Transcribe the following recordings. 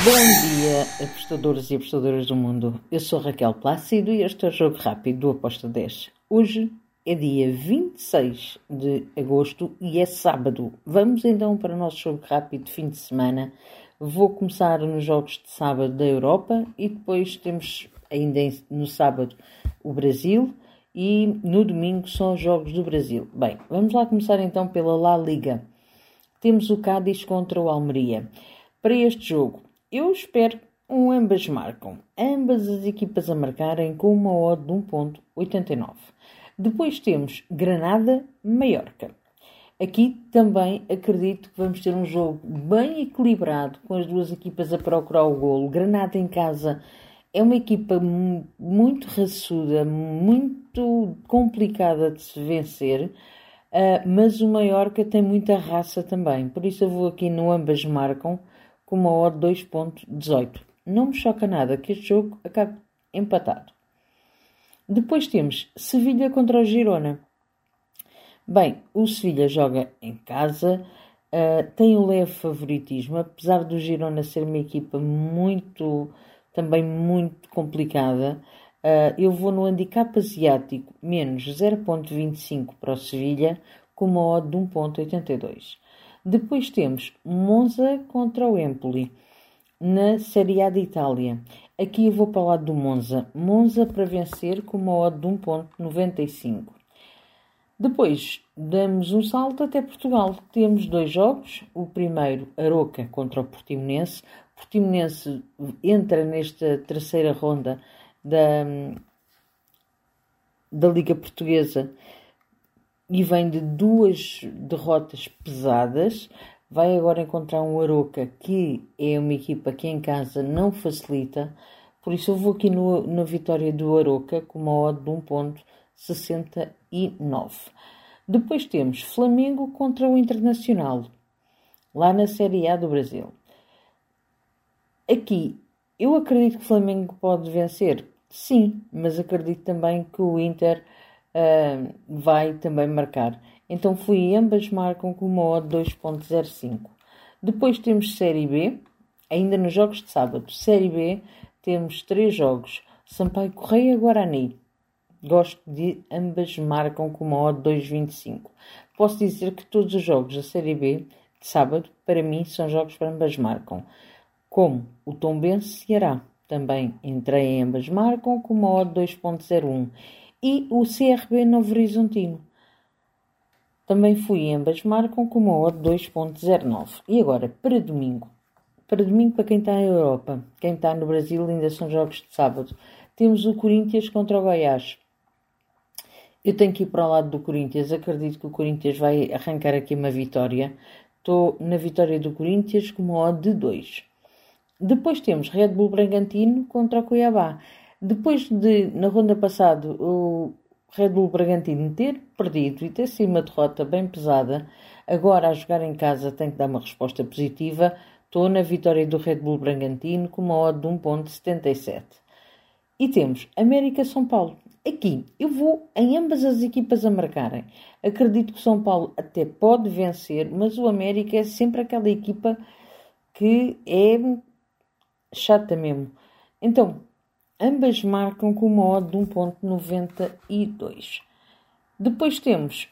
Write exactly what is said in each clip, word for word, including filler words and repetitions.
Bom dia, apostadores e apostadoras do mundo. Eu sou Raquel Plácido e este é o Jogo Rápido do Aposta dez. Hoje é dia vinte e seis de agosto e é sábado. Vamos então para o nosso Jogo Rápido de fim de semana. Vou começar nos jogos de sábado da Europa e depois temos ainda no sábado o Brasil e no domingo são os jogos do Brasil. Bem, vamos lá começar então pela La Liga. Temos o Cádiz contra o Almeria. Para este jogo, eu espero um ambas marcam. Ambas as equipas a marcarem com uma odd de um ponto oitenta e nove. Depois temos Granada-Mallorca. Aqui também acredito que vamos ter um jogo bem equilibrado, com as duas equipas a procurar o golo. Granada em casa é uma equipa muito raçuda, muito complicada de se vencer, mas o Mallorca tem muita raça também. Por isso eu vou aqui no ambas marcam com uma odd de dois ponto dezoito. Não me choca nada que este jogo acabe empatado. Depois temos Sevilha contra o Girona. Bem, o Sevilha joga em casa, uh, tem um leve favoritismo, apesar do Girona ser uma equipa muito, também muito complicada. Uh, eu vou no handicap asiático menos zero ponto vinte e cinco para o Sevilha, com uma odd de um ponto oitenta e dois. Depois temos Monza contra o Empoli, na Série A de Itália. Aqui eu vou para o lado do Monza. Monza para vencer com uma odd de um ponto noventa e cinco. Depois damos um salto até Portugal. Temos dois jogos. O primeiro, Aroca contra o Portimonense. O Portimonense entra nesta terceira ronda da, da Liga Portuguesa e vem de duas derrotas pesadas. Vai agora encontrar um Aroca, que é uma equipa que em casa não facilita. Por isso eu vou aqui no, na vitória do Aroca com uma odd de um ponto sessenta e nove. Depois temos Flamengo contra o Internacional, lá na Série A do Brasil. Aqui, eu acredito que o Flamengo pode vencer, sim, mas acredito também que o Inter uh, vai também marcar. Então fui ambas marcam com uma odd de dois ponto zero cinco. Depois temos Série B, ainda nos jogos de sábado. Série B, temos três jogos. Sampaio Correia, Guarani. Gosto de ambas marcam com uma odd de dois ponto vinte e cinco. Posso dizer que todos os jogos da Série B de sábado, para mim, são jogos para ambas marcam. Como o Tombense Ceará. Também entrei em ambas marcam com uma odd de dois ponto zero um. E o C R B Novo Horizontino. Também fui em ambas marcam com uma odd de dois ponto zero nove. E agora, para domingo. Para domingo, para quem está na Europa. Quem está no Brasil, ainda são jogos de sábado. Temos o Corinthians contra o Goiás. Eu tenho que ir para o lado do Corinthians. Acredito que o Corinthians vai arrancar aqui uma vitória. Estou na vitória do Corinthians com uma odd de dois. Depois temos Red Bull Bragantino contra o Cuiabá. Depois de, na ronda passada, o Red Bull Bragantino ter perdido e ter sido uma derrota bem pesada, agora a jogar em casa tem que dar uma resposta positiva. Estou na vitória do Red Bull Bragantino com uma odd de um ponto setenta e sete. E temos América-São Paulo. Aqui eu vou em ambas as equipas a marcarem. Acredito que o São Paulo até pode vencer, mas o América é sempre aquela equipa que é chata mesmo. Então, ambas marcam com uma odd de um ponto noventa e dois. Depois temos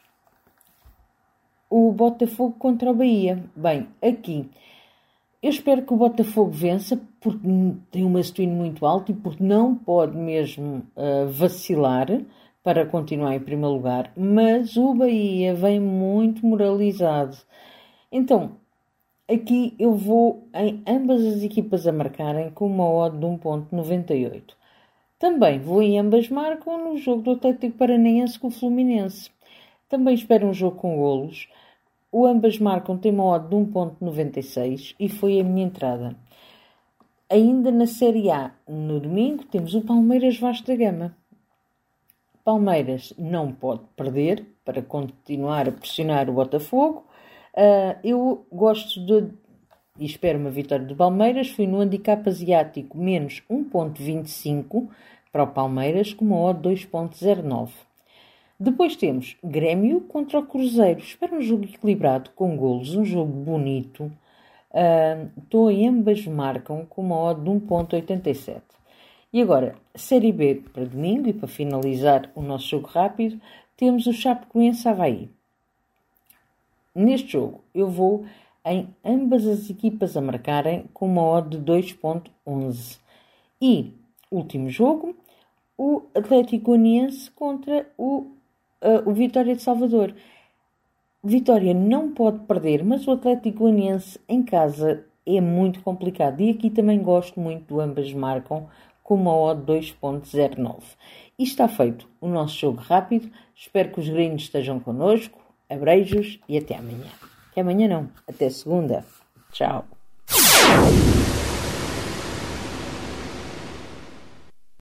o Botafogo contra o Bahia. Bem, aqui eu espero que o Botafogo vença, porque tem uma swing muito alta e porque não pode mesmo uh, vacilar para continuar em primeiro lugar. Mas o Bahia vem muito moralizado. Então, aqui eu vou em ambas as equipas a marcarem com uma odd de um ponto noventa e oito. Também vou em ambas marcam no jogo do Atlético Paranaense com o Fluminense. Também espero um jogo com golos. O ambas marcam tem uma odd de um ponto noventa e seis e foi a minha entrada. Ainda na Série A, no domingo, temos o Palmeiras Vasco da Gama. Palmeiras não pode perder para continuar a pressionar o Botafogo. Uh, eu gosto de e espero uma vitória do Palmeiras. Fui no handicap asiático menos um ponto vinte e cinco para o Palmeiras com uma odd de dois ponto zero nove. Depois temos Grêmio contra o Cruzeiro. Espero um jogo equilibrado com golos, um jogo bonito. Uh, estou em ambas marcam com uma odd de um ponto oitenta e sete. E agora, Série B para domingo e para finalizar o nosso jogo rápido, temos o Chapecoense-Avaí. Neste jogo eu vou em ambas as equipas a marcarem com uma odd de dois ponto onze. E, último jogo, o Atlético Goianiense contra o, uh, o Vitória de Salvador. Vitória não pode perder, mas o Atlético Goianiense em casa é muito complicado. E aqui também gosto muito do ambas marcam com uma odd de dois ponto zero nove. E está feito o nosso jogo rápido. Espero que os gringos estejam connosco. Abreijos e até amanhã. Até amanhã não, até segunda. Tchau.